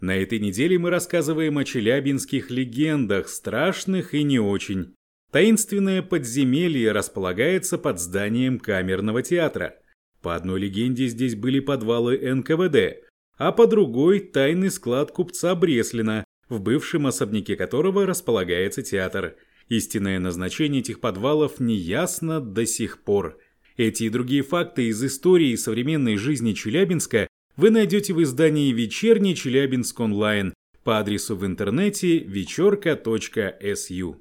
На этой неделе мы рассказываем о челябинских легендах, страшных и не очень. Таинственное подземелье располагается под зданием камерного театра. По одной легенде здесь были подвалы НКВД, а по другой – тайный склад купца Бреслина, в бывшем особняке которого располагается театр. Истинное назначение этих подвалов неясно до сих пор. Эти и другие факты из истории и современной жизни Челябинска вы найдете в издании «Вечерний Челябинск онлайн» по адресу в интернете вечерка.су.